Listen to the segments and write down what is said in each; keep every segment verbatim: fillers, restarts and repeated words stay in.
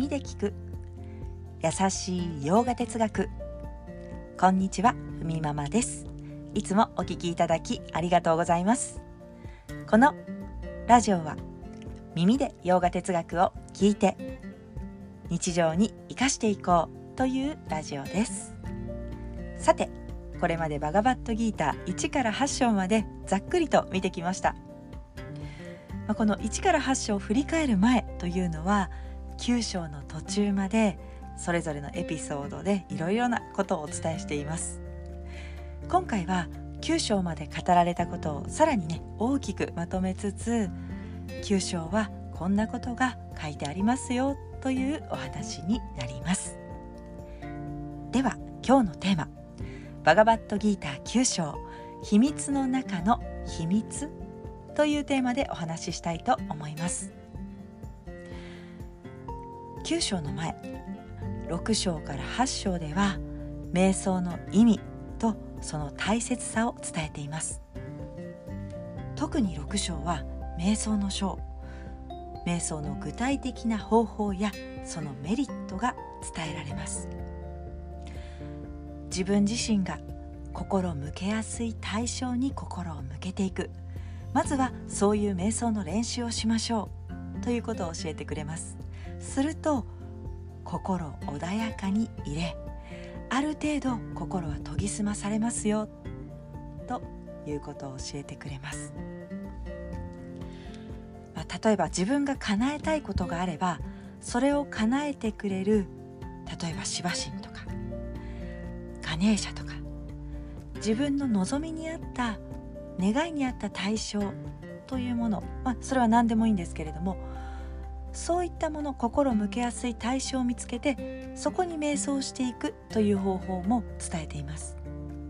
耳で聞く優しいヨーガ哲学。こんにちは、ふみママです。いつもお聞きいただきありがとうございます。このラジオは耳でヨーガ哲学を聞いて日常に生かしていこうというラジオです。さて、これまでバガバットギーターいちからはち章までざっくりと見てきました。このいちからはち章を振り返る前というのはきゅう章の途中までそれぞれのエピソードでいろいろなことをお伝えしています。今回はきゅう章まで語られたことをさらにね大きくまとめつつ、きゅう章はこんなことが書いてありますよというお話になります。では今日のテーマ、バガバットギーターきゅう章秘密の中の秘密というテーマでお話ししたいと思います。きゅう章の前、ろく章からはち章では瞑想の意味とその大切さを伝えています。特にろく章は瞑想の章、瞑想の具体的な方法やそのメリットが伝えられます。自分自身が心を向けやすい対象に心を向けていく、まずはそういう瞑想の練習をしましょうということを教えてくれます。すると心を穏やかに入れ、ある程度心は研ぎ澄まされますよということを教えてくれます。まあ、例えば自分が叶えたいことがあれば、それを叶えてくれる、例えばシバ神とかガネーシャとか、自分の望みに合った願いに合った対象というもの、まあ、それは何でもいいんですけれども、そういったもの、心を向けやすい対象を見つけてそこに瞑想していくという方法も伝えています。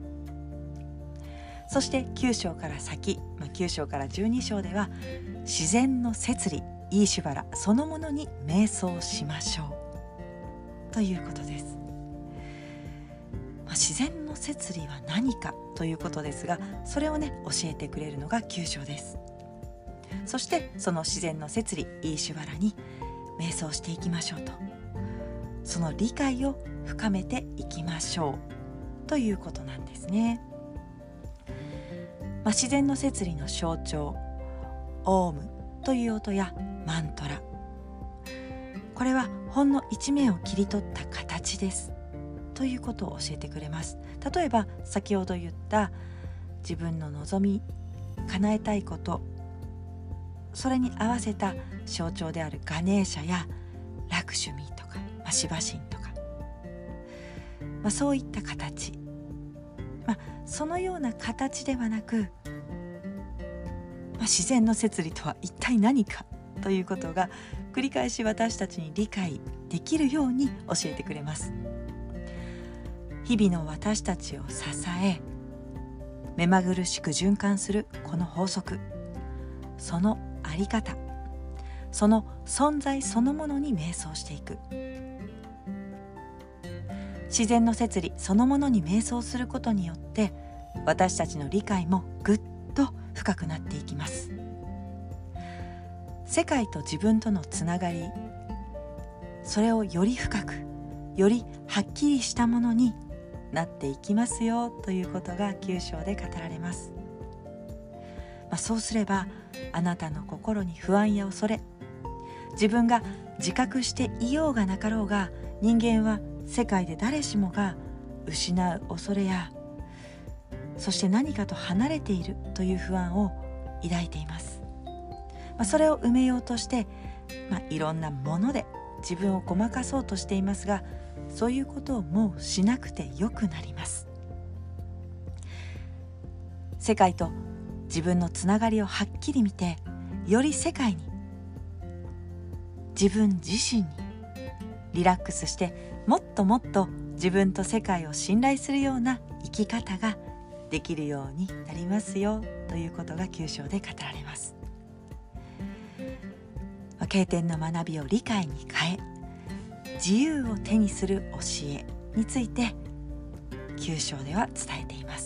そしてきゅう章から先、まあ、きゅう章からじゅうに章では自然の摂理、イーシュバラそのものに瞑想しましょうということです。まあ、自然の摂理は何かということですが、それをね教えてくれるのがきゅう章です。そしてその自然の摂理、イーシュバラに瞑想していきましょうと、その理解を深めていきましょうということなんですね。まあ、自然の摂理の象徴、オームという音やマントラ、これはほんの一面を切り取った形ですということを教えてくれます。例えば先ほど言った自分の望み、叶えたいこと、それに合わせた象徴であるガネーシャやラクシュミとか、まあ、シバ神とか、まあ、そういった形、まあ、そのような形ではなく、まあ、自然の摂理とは一体何かということが繰り返し私たちに理解できるように教えてくれます。日々の私たちを支え、目まぐるしく循環するこの法則、そのあり方、その存在そのものに瞑想していく。自然の摂理そのものに瞑想することによって、私たちの理解もぐっと深くなっていきます。世界と自分とのつながり、それをより深く、よりはっきりしたものになっていきますよということがきゅう章で語られます。まあ、そうすればあなたの心に不安や恐れ、自分が自覚していようがなかろうが、人間は世界で誰しもが失う恐れや、そして何かと離れているという不安を抱いています。まあ、それを埋めようとして、まあ、いろんなもので自分をごまかそうとしていますが、そういうことをもうしなくてよくなります。世界と自分のつながりをはっきり見て、より世界に、自分自身にリラックスして、もっともっと自分と世界を信頼するような生き方ができるようになりますよということがきゅう章で語られます。経典の学びを理解に変え、自由を手にする教えについてきゅう章では伝えています。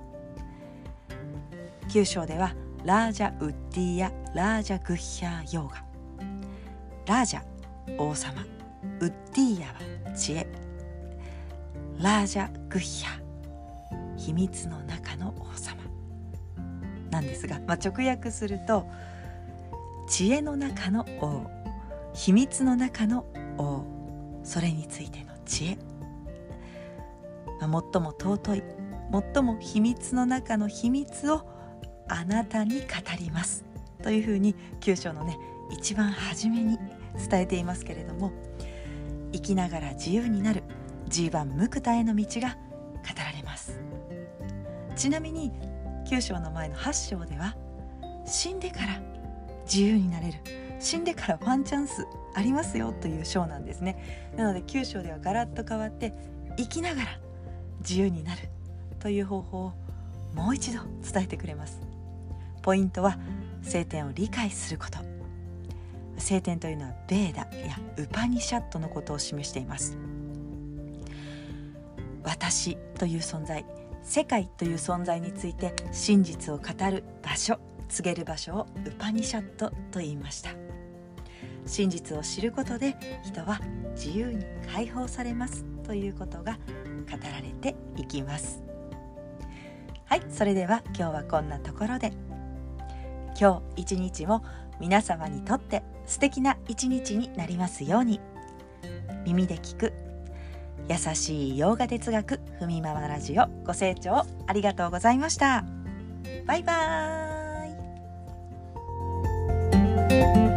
きゅう章ではラージャ・ウッディやラージャ・グッヒャーヨーガ、ラージャ王様、 ウッディーヤは知恵、ラージャグッヒャ秘密の中の王様なんですが、まあ、直訳すると知恵の中の王、秘密の中の王、それについての知恵、まあ、最も尊い、最も秘密の中の秘密をあなたに語りますというふうにきゅう章のね一番初めに伝えていますけれども、生きながら自由になるジーバンムクタへの道が語られます。ちなみにきゅう章の前のはち章では死んでから自由になれる、死んでからワンチャンスありますよという章なんですね。なのできゅう章ではガラッと変わって生きながら自由になるという方法をもう一度伝えてくれます。ポイントは聖典を理解すること。聖典というのはベーダやウパニシャットのことを示しています。私という存在、世界という存在について真実を語る場所、告げる場所をウパニシャットと言いました。真実を知ることで人は自由に解放されますということが語られていきます。はい、それでは今日はこんなところで、今日一日も皆様にとって素敵な一日になりますように。耳で聞く優しい洋画哲学ふみママラジオ、ご清聴ありがとうございました。バイバーイ。